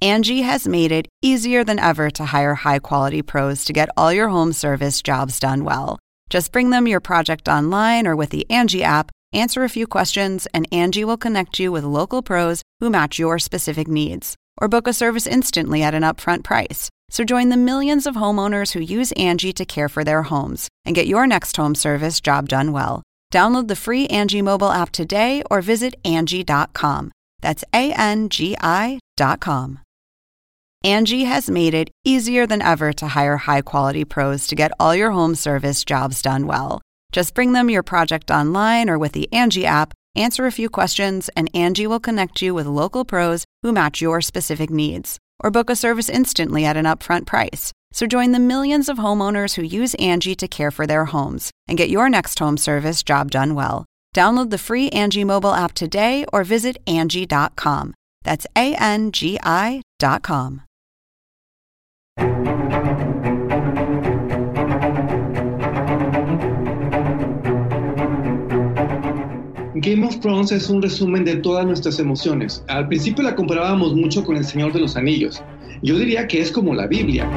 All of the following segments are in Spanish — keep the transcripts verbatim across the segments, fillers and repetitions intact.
Angie has made it easier than ever to hire high-quality pros to get all your home service jobs done well. Just bring them your project online or with the Angie app, answer a few questions, and Angie will connect you with local pros who match your specific needs. Or book a service instantly at an upfront price. So join the millions of homeowners who use Angie to care for their homes and get your next home service job done well. Download the free Angie mobile app today or visit Angie dot com. That's A N G I dot com. Angie has made it easier than ever to hire high-quality pros to get all your home service jobs done well. Just bring them your project online or with the Angie app, answer a few questions, and Angie will connect you with local pros who match your specific needs. Or book a service instantly at an upfront price. So join the millions of homeowners who use Angie to care for their homes and get your next home service job done well. Download the free Angie mobile app today or visit Angie dot com. That's A N G I dot com. Game of Thrones es un resumen de todas nuestras emociones. Al principio la comparábamos mucho con El Señor de los Anillos. Yo diría que es como la Biblia.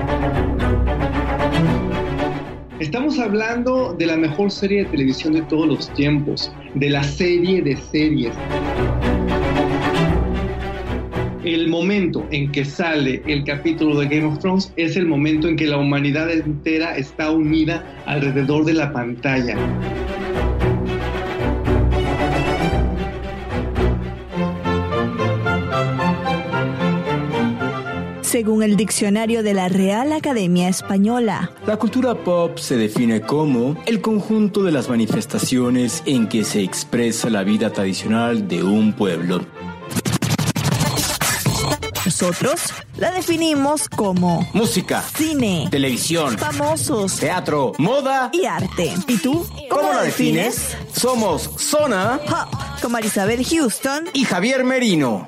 Estamos hablando de la mejor serie de televisión de todos los tiempos, de la serie de series. El momento en que sale el capítulo de Game of Thrones es el momento en que la humanidad entera está unida alrededor de la pantalla. Según el diccionario de la Real Academia Española, la cultura pop se define como el conjunto de las manifestaciones en que se expresa la vida tradicional de un pueblo. Nosotros la definimos como música, cine, televisión, famosos, teatro, moda y arte. ¿Y tú? ¿Cómo, ¿Cómo la defines? Somos Zona Pop con Marisabel Houston y Javier Merino.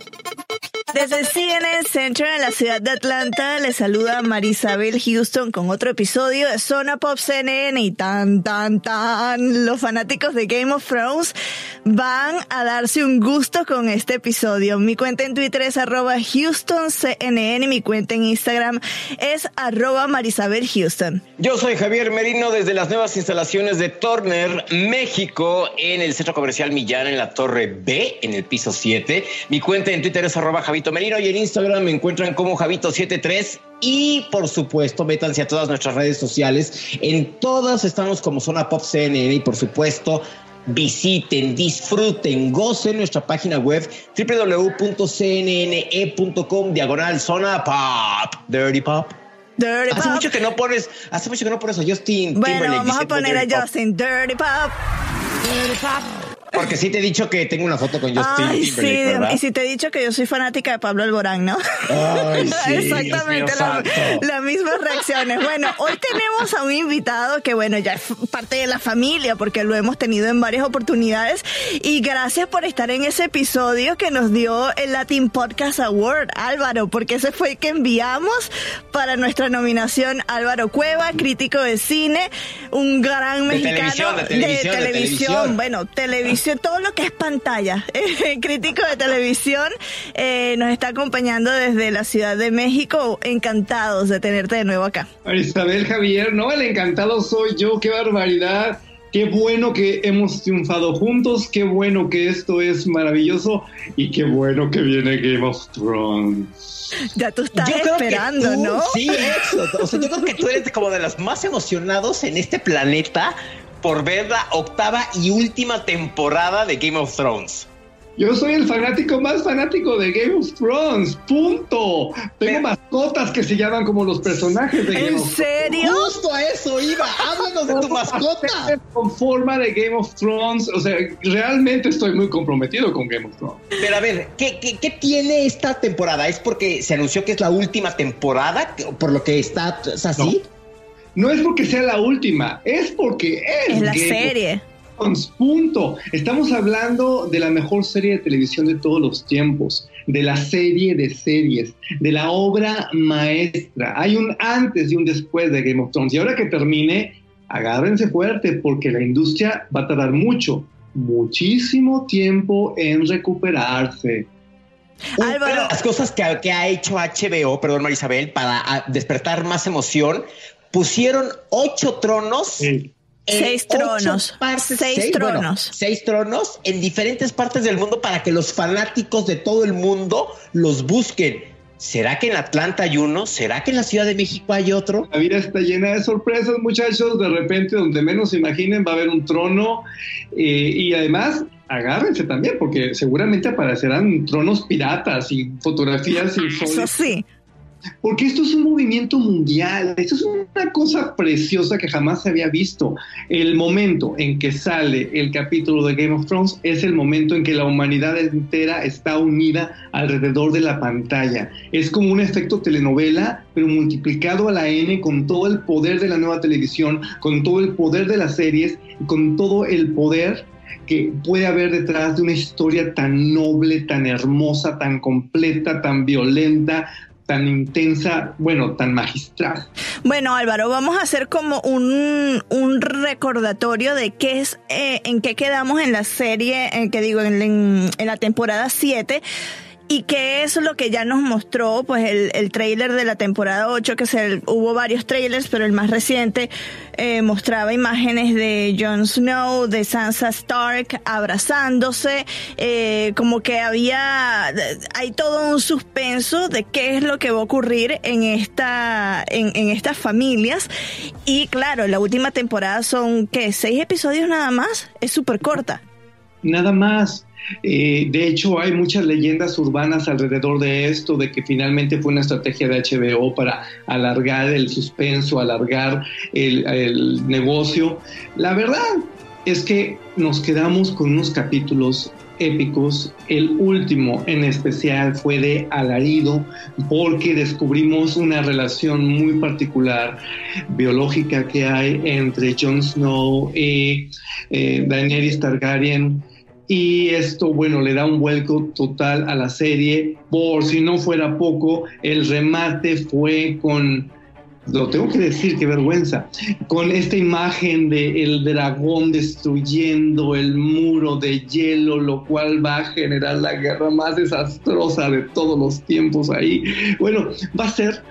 Desde C N N Center en la ciudad de Atlanta, les saluda Marisabel Houston con otro episodio de Zona Pop C N N y tan, tan, tan, los fanáticos de Game of Thrones van a darse un gusto con este episodio. Mi cuenta en Twitter es arroba HoustonCNN, mi cuenta en Instagram es arroba Marisabel Houston. Yo soy Javier Merino desde las nuevas instalaciones de Turner, México, en el Centro Comercial Millán, en la Torre B, en el piso siete. Mi cuenta en Twitter es arroba Javito Merino y en Instagram me encuentran como Javito setenta y tres y por supuesto métanse a todas nuestras redes sociales, en todas estamos como Zona Pop C N N y por supuesto visiten, disfruten, gocen nuestra página web doble u doble u doble u punto c n n e punto com diagonal Zona Pop, Dirty Pop. Dirty hace Pop. mucho que no pones, hace mucho que no pones a Justin bueno, Timberlake. Vamos a poner a Justin Dirty Pop. Dirty Pop. Porque sí te he dicho que tengo una foto con Justin Ay, Timberlake, sí, ¿verdad? y si te he dicho que yo soy fanática de Pablo Alborán, ¿no? Ay, sí, exactamente la, las mismas reacciones. Bueno, hoy tenemos a un invitado que, bueno, ya es parte de la familia porque lo hemos tenido en varias oportunidades y gracias por estar en ese episodio que nos dio el Latin Podcast Award, Álvaro, porque ese fue el que enviamos para nuestra nominación. Álvaro Cueva, crítico de cine, un gran mexicano de televisión, de televisión, de televisión, de televisión. bueno, televisión, todo lo que es pantalla, eh, crítico de televisión, eh, nos está acompañando desde la Ciudad de México. Encantados de tenerte de nuevo acá. Isabel, Javier, no, el encantado soy yo, qué barbaridad, qué bueno que hemos triunfado juntos, qué bueno que esto es maravilloso y qué bueno que viene Game of Thrones. Ya tú estás yo creo esperando, que tú, ¿no? Sí, eso. O sea, yo creo que tú eres como de los más emocionados en este planeta por ver la octava y última temporada de Game of Thrones. Yo soy el fanático más fanático de Game of Thrones, punto. Tengo Pero, mascotas que se llaman como los personajes de Game ¿En of Thrones. serio? Justo a eso iba, háblanos de tu mascota. Con forma de Game of Thrones, o sea, realmente estoy muy comprometido con Game of Thrones. Pero a ver, ¿qué, qué, qué tiene esta temporada? ¿Es porque se anunció que es la última temporada? ¿Por lo que está es así? No. No es porque sea la última, es porque es, Es la Game serie. of Thrones, punto. Estamos hablando de la mejor serie de televisión de todos los tiempos, de la serie de series, de la obra maestra. Hay un antes y un después de Game of Thrones. Y ahora que termine, agárrense fuerte porque la industria va a tardar mucho, muchísimo tiempo en recuperarse. Una de las cosas que, que ha hecho H B O, perdón, Marisabel, para a, despertar más emoción, pusieron ocho tronos. Sí. Seis tronos. Partes, seis, seis tronos. Bueno, seis tronos en diferentes partes del mundo para que los fanáticos de todo el mundo los busquen. ¿Será que en Atlanta hay uno? ¿Será que en la Ciudad de México hay otro? La vida está llena de sorpresas, muchachos. De repente, donde menos se imaginen, va a haber un trono. Eh, y además, agárrense también, porque seguramente aparecerán tronos piratas y fotografías insólitas. Eso sí. Porque esto es un movimiento mundial, esto es una cosa preciosa que jamás se había visto. El momento en que sale el capítulo de Game of Thrones es el momento en que la humanidad entera está unida alrededor de la pantalla. Es como un efecto telenovela, pero multiplicado a la N, con todo el poder de la nueva televisión, con todo el poder de las series, con todo el poder que puede haber detrás de una historia tan noble, tan hermosa, tan completa, tan violenta, tan intensa, bueno, tan magistral. Bueno, Álvaro, vamos a hacer como un, un recordatorio de qué es, eh, en qué quedamos en la serie, en que digo, en, en, en la temporada siete. ¿Y qué es lo que ya nos mostró? Pues el, el tráiler de la temporada ocho, que se, hubo varios trailers, pero el más reciente eh, mostraba imágenes de Jon Snow, de Sansa Stark abrazándose, eh, como que había, hay todo un suspenso de qué es lo que va a ocurrir en esta, en, en estas familias. Y claro, la última temporada son, ¿qué? ¿Seis episodios nada más? Es súper corta. Nada más. Eh, de hecho, hay muchas leyendas urbanas alrededor de esto, de que finalmente fue una estrategia de H B O para alargar el suspenso, alargar el, el negocio. La verdad es que nos quedamos con unos capítulos épicos. El último en especial fue de alarido, porque descubrimos una relación muy particular biológica que hay entre Jon Snow y eh, Daenerys Targaryen. Y esto, bueno, le da un vuelco total a la serie. Por si no fuera poco, el remate fue con, lo tengo que decir, qué vergüenza, con esta imagen de el dragón destruyendo el muro de hielo, lo cual va a generar la guerra más desastrosa de todos los tiempos ahí. Bueno, va a ser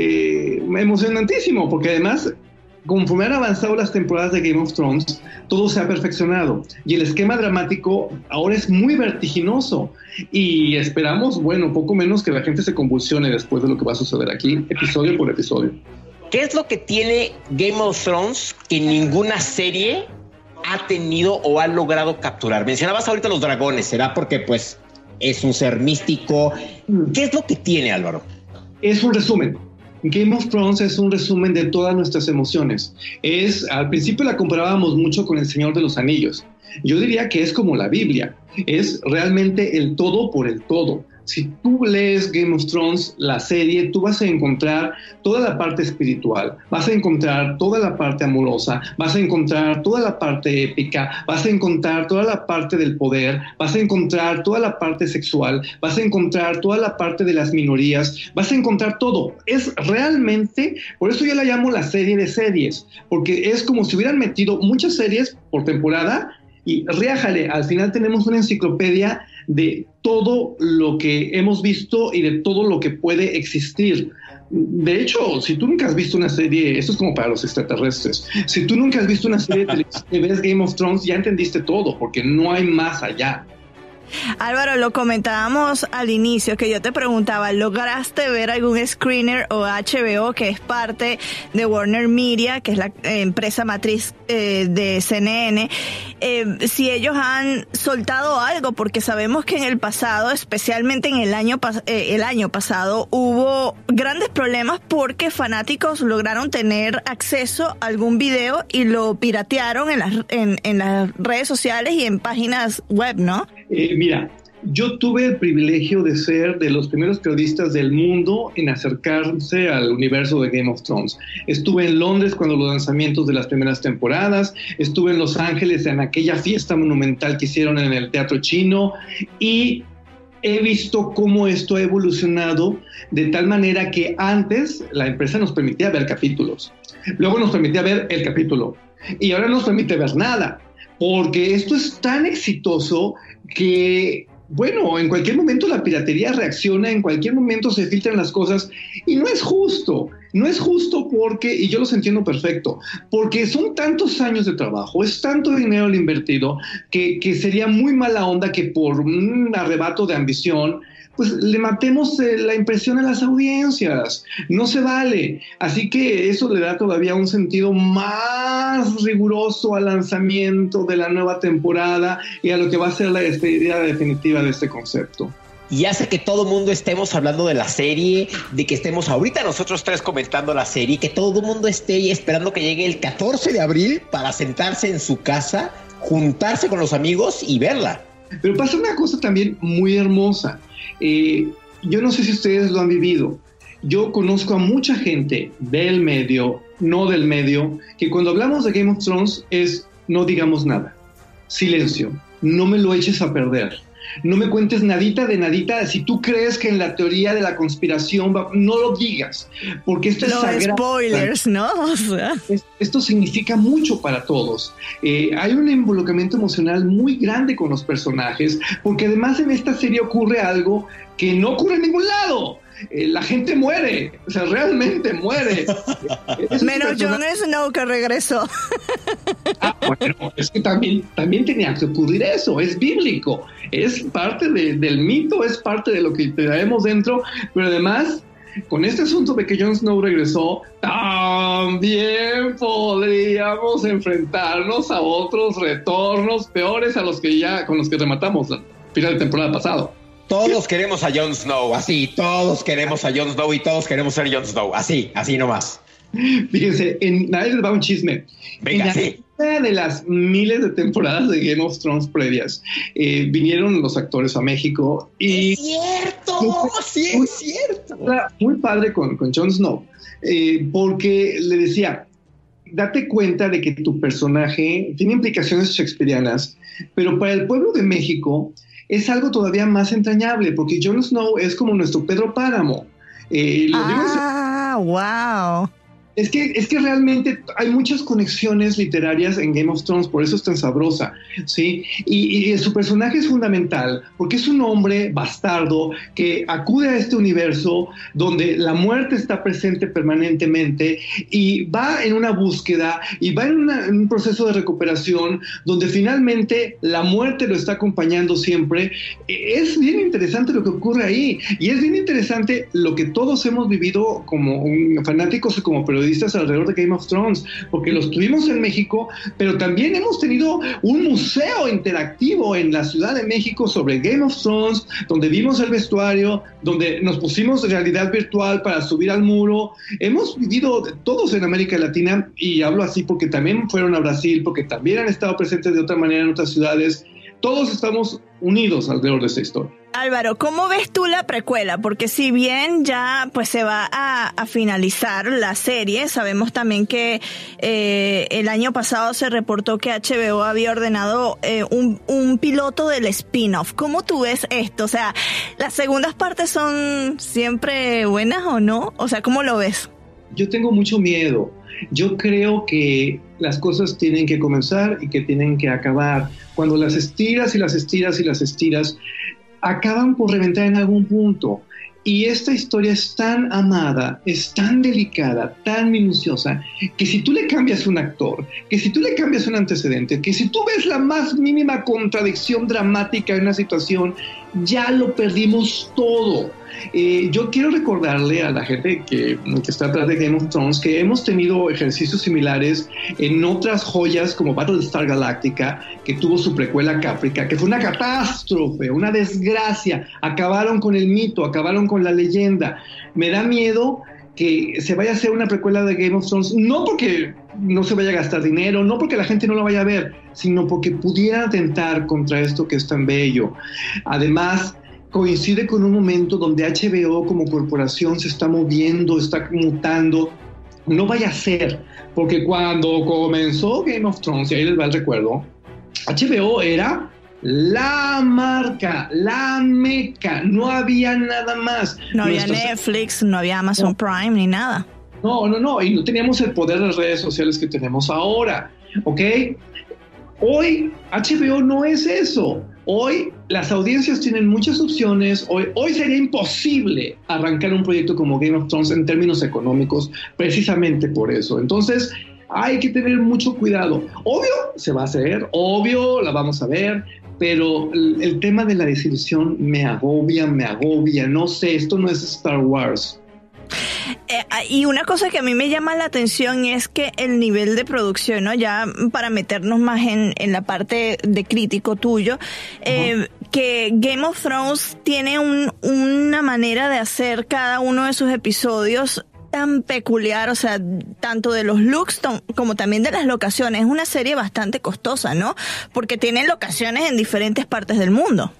eh, emocionantísimo, porque además, conforme han avanzado las temporadas de Game of Thrones, todo se ha perfeccionado y el esquema dramático ahora es muy vertiginoso y esperamos, bueno, poco menos que la gente se convulsione después de lo que va a suceder aquí, episodio por episodio. ¿Qué es lo que tiene Game of Thrones que ninguna serie ha tenido o ha logrado capturar? Mencionabas ahorita los dragones, ¿será porque pues es un ser místico? ¿Qué es lo que tiene, Álvaro? Es un resumen. Game of Thrones es un resumen de todas nuestras emociones. Es, al principio la comparábamos mucho con El Señor de los Anillos. Yo diría que es como la Biblia. Es realmente el todo por el todo. Si tú lees Game of Thrones, la serie, tú vas a encontrar toda la parte espiritual, vas a encontrar toda la parte amorosa, vas a encontrar toda la parte épica, vas a encontrar toda la parte del poder, vas a encontrar toda la parte sexual, vas a encontrar toda la parte de las minorías, vas a encontrar todo. Es realmente, por eso yo la llamo la serie de series, porque es como si hubieran metido muchas series por temporada y riájale, al final tenemos una enciclopedia de todo lo que hemos visto y de todo lo que puede existir. De hecho, si tú nunca has visto una serie, esto es como para los extraterrestres, si tú nunca has visto una serie de televisión y ves Game of Thrones, ya entendiste todo, porque no hay más allá. Álvaro, lo comentábamos al inicio, que yo te preguntaba, ¿lograste ver algún screener o H B O, que es parte de Warner Media, que es la eh, empresa matriz eh, de C N N, eh, si ellos han soltado algo? Porque sabemos que en el pasado, especialmente en el año, pas- eh, el año pasado, hubo grandes problemas porque fanáticos lograron tener acceso a algún video y lo piratearon en las, en, en las redes sociales y en páginas web, ¿no? Eh, mira, yo tuve el privilegio de ser de los primeros periodistas del mundo en acercarse al universo de Game of Thrones. Estuve en Londres cuando los lanzamientos de las primeras temporadas, estuve en Los Ángeles en aquella fiesta monumental que hicieron en el Teatro Chino y he visto cómo esto ha evolucionado de tal manera que antes la empresa nos permitía ver capítulos, luego nos permitía ver el capítulo y ahora no nos permite ver nada. Porque esto es tan exitoso que bueno, en cualquier momento la piratería reacciona, en cualquier momento se filtran las cosas y no es justo, no es justo porque, y yo los entiendo perfecto, porque son tantos años de trabajo, es tanto dinero el invertido que, que sería muy mala onda que por un arrebato de ambición pues le matemos eh, la impresión a las audiencias, no se vale, así que eso le da todavía un sentido más riguroso al lanzamiento de la nueva temporada y a lo que va a ser la despedida definitiva de este concepto. Y hace que todo el mundo estemos hablando de la serie, de que estemos ahorita nosotros tres comentando la serie, que todo el mundo esté esperando que llegue el catorce de abril para sentarse en su casa, juntarse con los amigos y verla. Pero pasa una cosa también muy hermosa. Eh, yo no sé si ustedes lo han vivido. Yo conozco a mucha gente del medio, no del medio, que cuando hablamos de Game of Thrones es no digamos nada. Silencio. No me lo eches a perder. No me cuentes nadita de nadita. Si tú crees que en la teoría de la conspiración va, no lo digas, porque esto es sagrado. Los spoilers, ¿no? O sea. Esto significa mucho para todos. Eh, hay un involucramiento emocional muy grande con los personajes, porque además en esta serie ocurre algo que no ocurre en ningún lado. Eh, la gente muere, o sea, realmente muere. Menos Jon Snow, que regresó. Ah, bueno, es que también, también tenía que ocurrir eso, es bíblico, es parte de, del mito, es parte de lo que traemos dentro, pero además, con este asunto de que Jon Snow regresó, también podríamos enfrentarnos a otros retornos peores a los que ya, con los que rematamos la final de temporada pasado. Todos queremos a Jon Snow, así, todos queremos a Jon Snow y todos queremos ser Jon Snow, así, así nomás. Fíjense, en nadie les va un chisme. Venga, en sí. Una de las miles de temporadas de Game of Thrones previas, eh, vinieron los actores a México y... ¡Es cierto! ¡Sí, es cierto! Muy padre con, con Jon Snow, eh, porque le decía, date cuenta de que tu personaje tiene implicaciones shakespearianas, pero para el pueblo de México es algo todavía más entrañable, porque Jon Snow es como nuestro Pedro Páramo. Eh, lo ah, digo, wow. Es que, es que realmente hay muchas conexiones literarias en Game of Thrones, por eso es tan sabrosa, ¿sí? Y, y su personaje es fundamental, porque es un hombre bastardo que acude a este universo donde la muerte está presente permanentemente y va en una búsqueda y va en, una, en un proceso de recuperación donde finalmente la muerte lo está acompañando siempre. Es bien interesante lo que ocurre ahí y es bien interesante lo que todos hemos vivido como un, fanáticos y como periodistas alrededor de Game of Thrones, porque los tuvimos en México, pero también hemos tenido un museo interactivo en la Ciudad de México sobre Game of Thrones, donde vimos el vestuario, donde nos pusimos realidad virtual para subir al muro. Hemos vivido todos en América Latina, y hablo así porque también fueron a Brasil, porque también han estado presentes de otra manera en otras ciudades. Todos estamos unidos alrededor de esta historia. Álvaro, ¿cómo ves tú la precuela? Porque si bien ya pues se va a, a finalizar la serie, sabemos también que eh, el año pasado se reportó que H B O había ordenado eh, un, un piloto del spin-off. ¿Cómo tú ves esto? O sea, ¿las segundas partes son siempre buenas o no? O sea, ¿cómo lo ves? Yo tengo mucho miedo. Yo creo que las cosas tienen que comenzar y que tienen que acabar. Cuando las estiras y las estiras y las estiras, acaban por reventar en algún punto. Y esta historia es tan amada, es tan delicada, tan minuciosa, que si tú le cambias un actor, que si tú le cambias un antecedente, que si tú ves la más mínima contradicción dramática en una situación, ya lo perdimos todo. Eh, yo quiero recordarle a la gente que, que está atrás de Game of Thrones que hemos tenido ejercicios similares en otras joyas como Battlestar Galactica, que tuvo su precuela Caprica, que fue una catástrofe, una desgracia. Acabaron con el mito, acabaron con la leyenda. Me da miedo que se vaya a hacer una precuela de Game of Thrones, no porque no se vaya a gastar dinero, no porque la gente no la vaya a ver, sino porque pudiera atentar contra esto que es tan bello. Además, coincide con un momento donde H B O como corporación se está moviendo, está mutando. No vaya a ser, porque cuando comenzó Game of Thrones, y ahí les va el recuerdo, H B O era la marca, la meca, no había nada más. No había Nuestras... Netflix, no había Amazon no. Prime, ni nada. No, no, no, y no teníamos el poder de las redes sociales que tenemos ahora, ¿ok? Hoy H B O no es eso. Hoy las audiencias tienen muchas opciones. Hoy, hoy sería imposible arrancar un proyecto como Game of Thrones en términos económicos, precisamente por eso. Entonces, hay que tener mucho cuidado. Obvio, se va a hacer, obvio, la vamos a ver, pero el, el tema de la desilusión me agobia, me agobia. No sé, esto no es Star Wars. Eh, y una cosa que a mí me llama la atención es que el nivel de producción, ¿no? Ya para meternos más en, en la parte de crítico tuyo, eh, uh-huh. que Game of Thrones tiene un, una manera de hacer cada uno de sus episodios tan peculiar, o sea, tanto de los looks como también de las locaciones. Es una serie bastante costosa, ¿no? Porque tienen locaciones en diferentes partes del mundo.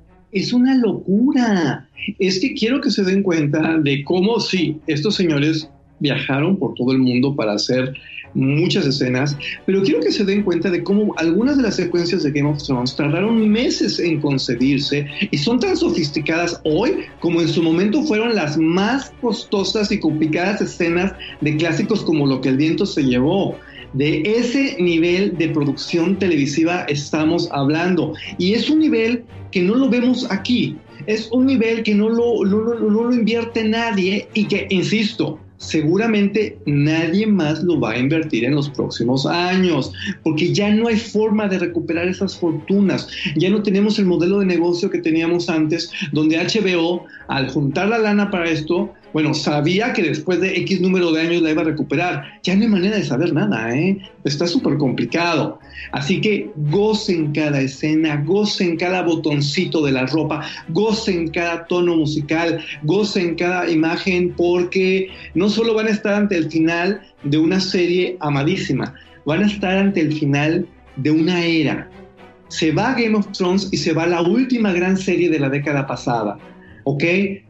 Es una locura. Es que quiero que se den cuenta de cómo sí, estos señores viajaron por todo el mundo para hacer muchas escenas, pero quiero que se den cuenta de cómo algunas de las secuencias de Game of Thrones tardaron meses en concebirse y son tan sofisticadas hoy como en su momento fueron las más costosas y complicadas escenas de clásicos como Lo que el viento se llevó. De ese nivel de producción televisiva estamos hablando, y es un nivel que no lo vemos aquí, es un nivel que no lo, no, no, no lo invierte nadie y que, insisto, seguramente nadie más lo va a invertir en los próximos años, porque ya no hay forma de recuperar esas fortunas. Ya no tenemos el modelo de negocio que teníamos antes, donde H B O, al juntar la lana para esto, bueno, sabía que después de X número de años la iba a recuperar. Ya no hay manera de saber nada, ¿eh? Está súper complicado. Así que gocen cada escena, gocen cada botoncito de la ropa, gocen cada tono musical, gocen cada imagen, porque no solo van a estar ante el final de una serie amadísima, van a estar ante el final de una era. Se va Game of Thrones y se va la última gran serie de la década pasada, ¿ok?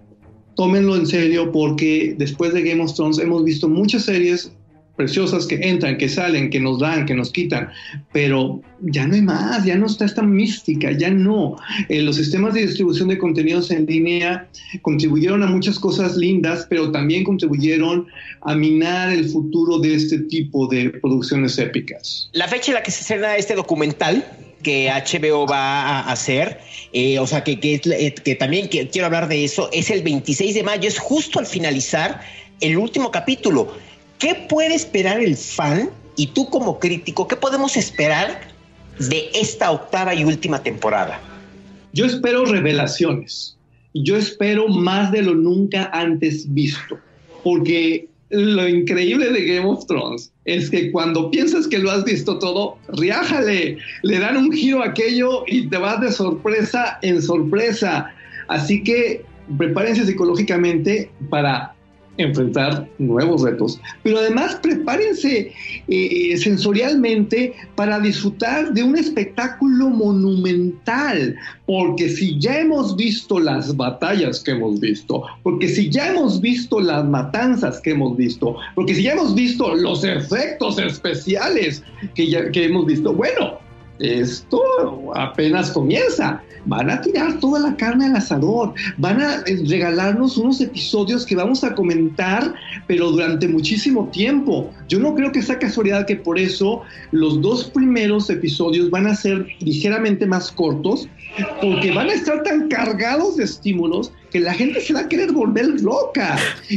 Tómenlo en serio, porque después de Game of Thrones hemos visto muchas series preciosas que entran, que salen, que nos dan, que nos quitan, pero ya no hay más, ya no está esta mística, ya no. Eh, los sistemas de distribución de contenidos en línea contribuyeron a muchas cosas lindas, pero también contribuyeron a minar el futuro de este tipo de producciones épicas. La fecha en la que se estrena este documental que H B O va a hacer, eh, o sea, que, que, que también que, quiero hablar de eso, es el veintiséis de mayo, es justo al finalizar el último capítulo. ¿Qué puede esperar el fan y tú como crítico? ¿Qué podemos esperar de esta octava y última temporada? Yo espero revelaciones. Yo espero más de lo nunca antes visto, porque lo increíble de Game of Thrones es que cuando piensas que lo has visto todo, riájale, le dan un giro a aquello y te vas de sorpresa en sorpresa. Así que prepárense psicológicamente para enfrentar nuevos retos, pero además prepárense eh, sensorialmente para disfrutar de un espectáculo monumental, porque si ya hemos visto las batallas que hemos visto, porque si ya hemos visto las matanzas que hemos visto, porque si ya hemos visto los efectos especiales que, ya, que hemos visto, bueno, esto apenas comienza. Van a tirar toda la carne al asador, van a regalarnos unos episodios que vamos a comentar, pero durante muchísimo tiempo. Yo no creo que sea casualidad que por eso los dos primeros episodios van a ser ligeramente más cortos, porque van a estar tan cargados de estímulos que la gente se va a querer volver loca.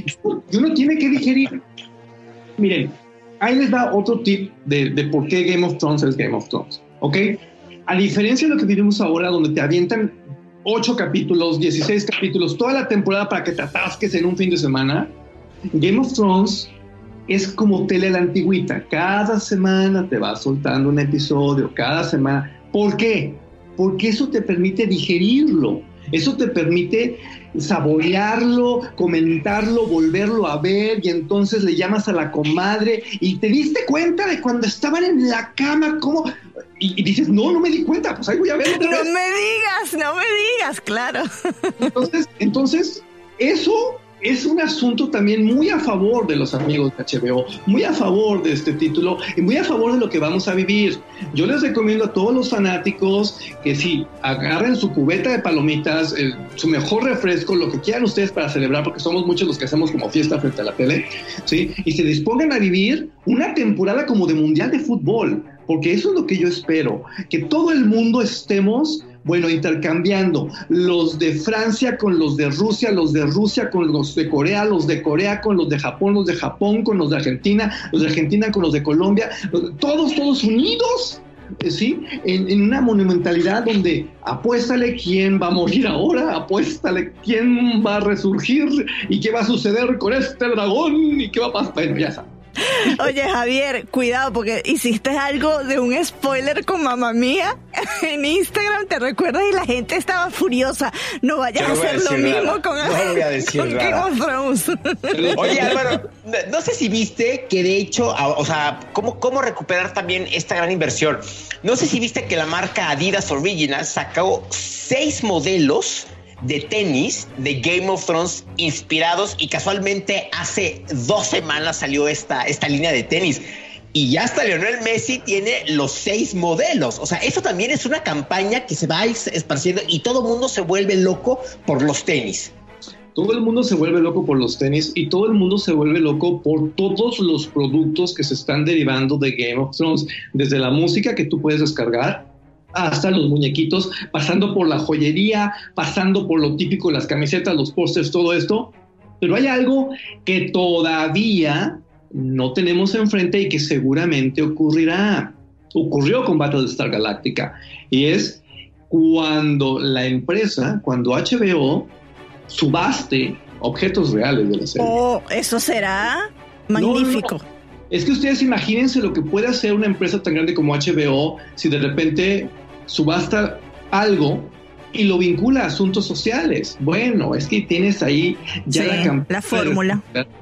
Y uno tiene que digerir. Miren, ahí les da otro tip de, de por qué Game of Thrones es Game of Thrones, ¿ok? A diferencia de lo que vivimos ahora, donde te avientan ocho capítulos, dieciséis capítulos, toda la temporada para que te atasques en un fin de semana, Game of Thrones es como tele a la antigüita. Cada semana te va soltando un episodio, cada semana. ¿Por qué? Porque eso te permite digerirlo. Eso te permite saborearlo, comentarlo, volverlo a ver, y entonces le llamas a la comadre y te diste cuenta de cuando estaban en la cama, cómo... Y, y dices, no, no me di cuenta, pues ahí voy a ver otra vez. No me digas, no me digas, claro. Entonces, entonces, eso es un asunto también muy a favor de los amigos de H B O, muy a favor de este título y muy a favor de lo que vamos a vivir. Yo les recomiendo a todos los fanáticos que sí, agarren su cubeta de palomitas, eh, su mejor refresco, lo que quieran ustedes para celebrar, porque somos muchos los que hacemos como fiesta frente a la tele, ¿sí? Y se dispongan a vivir una temporada como de mundial de fútbol, porque eso es lo que yo espero, que todo el mundo estemos Bueno, intercambiando los de Francia con los de Rusia, los de Rusia con los de Corea, los de Corea con los de Japón, los de Japón con los de Argentina, los de Argentina con los de Colombia, todos, todos unidos, ¿sí? En, en una monumentalidad donde apuéstale quién va a morir ahora, apuéstale quién va a resurgir y qué va a suceder con este dragón y qué va a pasar. Bueno, ya sabes. Oye, Javier, cuidado porque hiciste algo de un spoiler con Mamma Mía en Instagram, ¿te recuerdas? Y la gente estaba furiosa. No vayas no a hacer a lo mismo nada. con, no voy a decir con nada. Game of Thrones. Oye, Álvaro, no sé si viste que de hecho, o sea, cómo, cómo recuperar también esta gran inversión. No sé si viste que la marca Adidas Originals sacó seis modelos de tenis de Game of Thrones inspirados, y casualmente hace dos semanas salió esta, esta línea de tenis y ya hasta Lionel Messi tiene los seis modelos. O sea, eso también es una campaña que se va esparciendo y todo el mundo se vuelve loco por los tenis. Todo el mundo se vuelve loco por los tenis y todo el mundo se vuelve loco por todos los productos que se están derivando de Game of Thrones, desde la música que tú puedes descargar hasta los muñequitos, pasando por la joyería, pasando por lo típico, las camisetas, los pósters, todo esto. Pero hay algo que todavía no tenemos enfrente y que seguramente ocurrirá. Ocurrió con Battlestar Galactica, y es cuando la empresa, cuando H B O subaste objetos reales de la serie. Oh, eso será magnífico. No, no. Es que ustedes imagínense lo que puede hacer una empresa tan grande como H B O si de repente subasta algo y lo vincula a asuntos sociales. Bueno, es que tienes ahí ya sí, la campaña. La fórmula.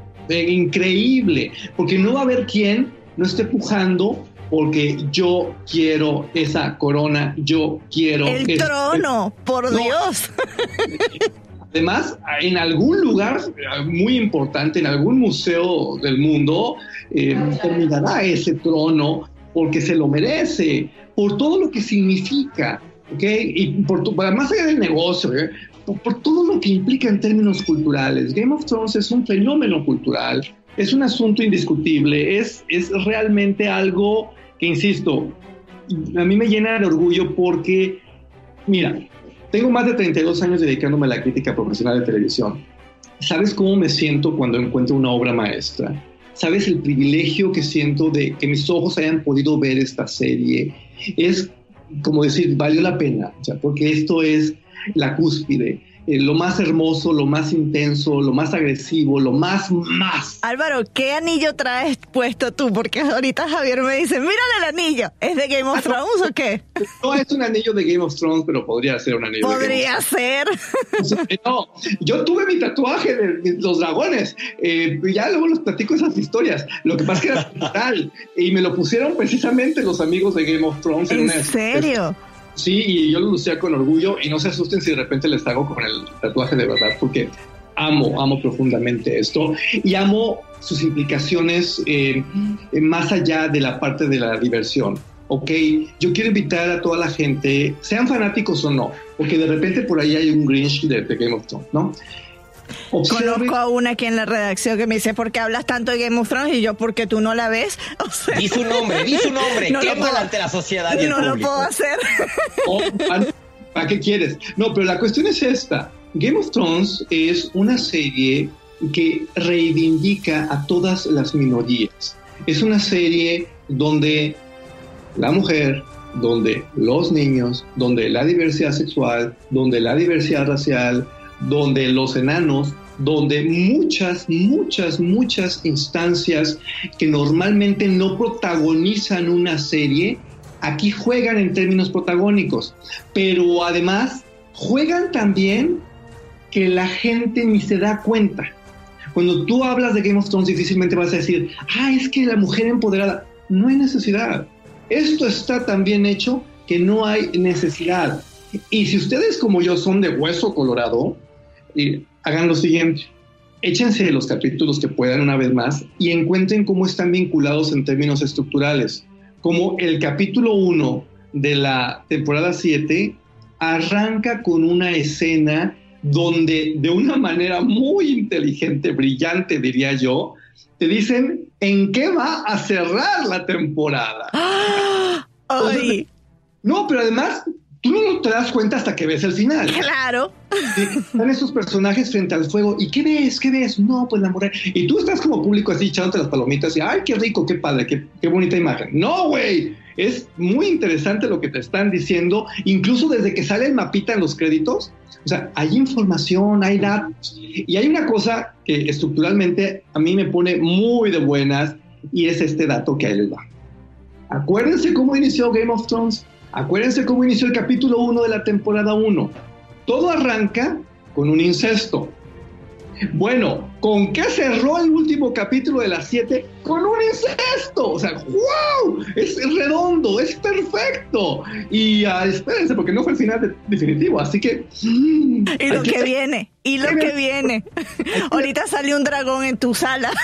Increíble, porque no va a haber quien no esté pujando porque yo quiero esa corona, yo quiero... El ese, trono, por no. Dios. Además, en algún lugar muy importante, en algún museo del mundo, eh, terminará ese trono porque se lo merece, por todo lo que significa, ¿ok? Y por, más allá del negocio, ¿eh? por, por todo lo que implica en términos culturales. Game of Thrones es un fenómeno cultural, es un asunto indiscutible, es, es realmente algo que, insisto, a mí me llena de orgullo porque, mira, tengo más de treinta y dos años dedicándome a la crítica profesional de televisión. ¿Sabes cómo me siento cuando encuentro una obra maestra? ¿Sabes el privilegio que siento de que mis ojos hayan podido ver esta serie? Es como decir, valió la pena, o sea, porque esto es la cúspide. Eh, lo más hermoso, lo más intenso, lo más agresivo, lo más, más. Álvaro, ¿qué anillo traes puesto tú? Porque ahorita Javier me dice, mírale el anillo, ¿es de Game of ah, Thrones no, o qué? No es un anillo de Game of Thrones, pero podría ser un anillo podría de Game of Thrones. Podría ser. No, yo tuve mi tatuaje de los dragones, eh, ya luego les platico esas historias. Lo que pasa es que era total, y me lo pusieron precisamente los amigos de Game of Thrones. ¿En, en una serio? Es, Sí, y yo lo lucía con orgullo, y no se asusten si de repente les hago con el tatuaje de verdad, porque amo, amo profundamente esto y amo sus implicaciones eh, más allá de la parte de la diversión. Ok, yo quiero invitar a toda la gente, sean fanáticos o no, porque de repente por ahí hay un Grinch de, de Game of Thrones, ¿no? Observe. Conozco a una aquí en la redacción que me dice, ¿por qué hablas tanto de Game of Thrones? Y yo, ¿por qué tú no la ves? O sea, di su nombre, di su nombre, no quémala ante la sociedad y el no público. No lo puedo hacer. Oh, ¿para qué quieres? No, pero la cuestión es esta. Game of Thrones es una serie que reivindica a todas las minorías. Es una serie donde la mujer, donde los niños, donde la diversidad sexual, donde la diversidad racial, donde los enanos, donde muchas, muchas, muchas instancias que normalmente no protagonizan una serie, aquí juegan en términos protagónicos, pero además juegan también que la gente ni se da cuenta. Cuando tú hablas de Game of Thrones, difícilmente vas a decir, ah, es que la mujer empoderada. No hay necesidad. Esto está tan bien hecho que no hay necesidad. Y si ustedes como yo son de hueso colorado, y hagan lo siguiente, échense los capítulos que puedan una vez más y encuentren cómo están vinculados en términos estructurales. Como el capítulo uno de la temporada siete arranca con una escena donde de una manera muy inteligente, brillante diría yo, te dicen en qué va a cerrar la temporada. ¡Ay! Entonces, no, pero además tú no te das cuenta hasta que ves el final. Claro. Están esos personajes frente al fuego. ¿Y qué ves? ¿Qué ves? No, pues la morena. Y tú estás como público así echándote las palomitas y ¡ay, qué rico, qué padre, qué, qué bonita imagen! No, güey. Es muy interesante lo que te están diciendo. Incluso desde que sale el mapita en los créditos. O sea, hay información, hay datos. Y hay una cosa que estructuralmente a mí me pone muy de buenas y es este dato que ahí les da. Acuérdense cómo inició Game of Thrones. Acuérdense cómo inició el capítulo uno de la temporada uno. Todo arranca con un incesto. Bueno, ¿con qué cerró el último capítulo de las siete? Con un incesto. O sea, ¡wow! Es redondo, es perfecto. Y uh, espérense, porque no fue el final de, definitivo. Así que... Mm, y lo que, que viene, y lo que viene. Ahorita sale un dragón en tu sala.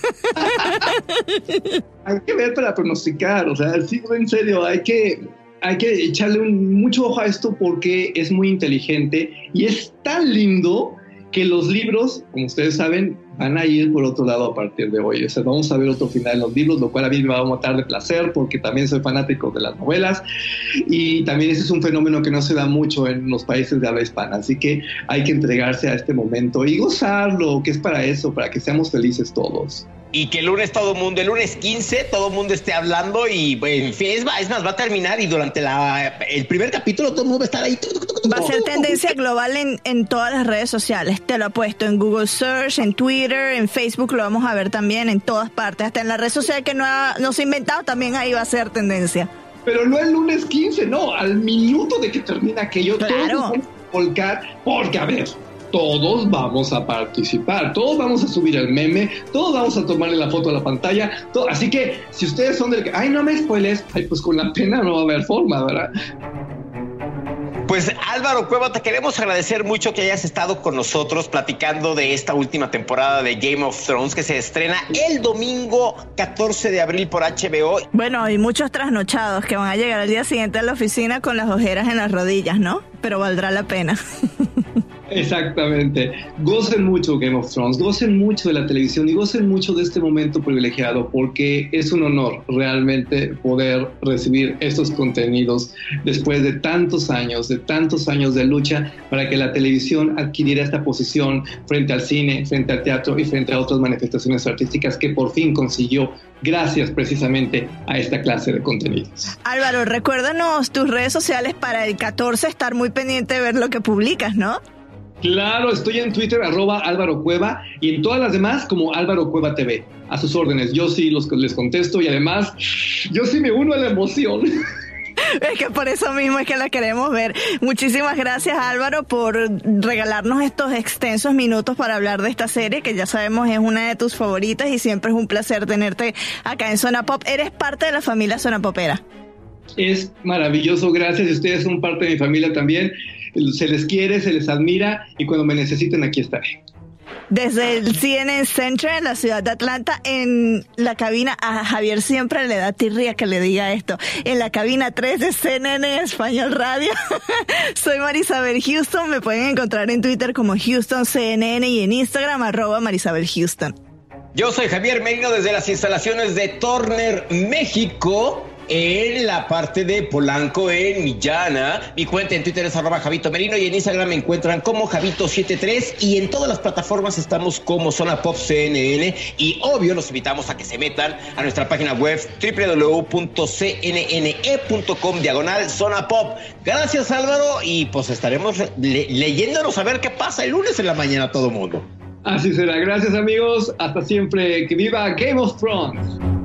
Hay que ver para pronosticar. O sea, sí, en serio, hay que... Hay que echarle un, mucho ojo a esto porque es muy inteligente y es tan lindo que los libros, como ustedes saben, van a ir por otro lado a partir de hoy. O sea, vamos a ver otro final en los libros, lo cual a mí me va a matar de placer porque también soy fanático de las novelas y también ese es un fenómeno que no se da mucho en los países de habla hispana. Así que hay que entregarse a este momento y gozarlo, que es para eso, para que seamos felices todos. Y que el lunes todo el mundo, el lunes quince, todo el mundo esté hablando y en fin, es más, es más, va a terminar y durante la, el primer capítulo todo el mundo va a estar ahí. Va a ser tendencia global en, en todas las redes sociales, te lo he puesto en Google Search, en Twitter, en Facebook lo vamos a ver también, en todas partes, hasta en la red social que no, ha, no se ha inventado también ahí va a ser tendencia. Pero no el lunes quince, no, al minuto de que termina aquello, claro. Todos vamos a volcar, porque a ver... Todos vamos a participar, todos vamos a subir el meme, todos vamos a tomarle la foto a la pantalla, todo, así que si ustedes son del que, ay, no me spoiles, ay, pues con la pena no va a haber forma, ¿verdad? Pues Álvaro Cueva, te queremos agradecer mucho que hayas estado con nosotros platicando de esta última temporada de Game of Thrones que se estrena el domingo catorce de abril por H B O. Bueno, hay muchos trasnochados que van a llegar al día siguiente a la oficina con las ojeras en las rodillas, ¿no? Pero valdrá la pena. Exactamente. Gocen mucho Game of Thrones, gocen mucho de la televisión y gocen mucho de este momento privilegiado porque es un honor realmente poder recibir estos contenidos después de tantos años, de tantos años de lucha para que la televisión adquiriera esta posición frente al cine, frente al teatro y frente a otras manifestaciones artísticas que por fin consiguió gracias precisamente a esta clase de contenidos. Álvaro, recuérdanos tus redes sociales para el catorce estar muy pendiente de ver lo que publicas, ¿no? Claro, estoy en Twitter, arroba Álvaro Cueva, y en todas las demás como Álvaro Cueva T V. A sus órdenes, yo sí los, les contesto y además yo sí me uno a la emoción. Es que por eso mismo es que la queremos ver. Muchísimas gracias, Álvaro, por regalarnos estos extensos minutos para hablar de esta serie, que ya sabemos es una de tus favoritas y siempre es un placer tenerte acá en Zona Pop. Eres parte de la familia Zona Popera. Es maravilloso, gracias. Ustedes son parte de mi familia también. Se les quiere, se les admira y cuando me necesiten aquí estaré. Desde el C N N Center en la ciudad de Atlanta, en la cabina, a Javier siempre le da tirria que le diga esto, en la cabina tres de C N N Español Radio. Soy Marisabel Houston, me pueden encontrar en Twitter como Houston C N N y en Instagram arroba Marisabel Houston. Yo soy Javier Merino desde las instalaciones de Turner, México, en la parte de Polanco, en Millana. Mi cuenta en Twitter es arroba Javito Merino y en Instagram me encuentran como Javito setenta y tres y en todas las plataformas estamos como Zona Pop C N N y obvio los invitamos a que se metan a nuestra página web doble u doble u doble u punto c n n e punto com diagonal Zona Pop. Gracias, Álvaro, y pues estaremos le- leyéndonos a ver qué pasa el lunes en la mañana todo mundo. Así será, gracias amigos, hasta siempre, que viva Game of Thrones.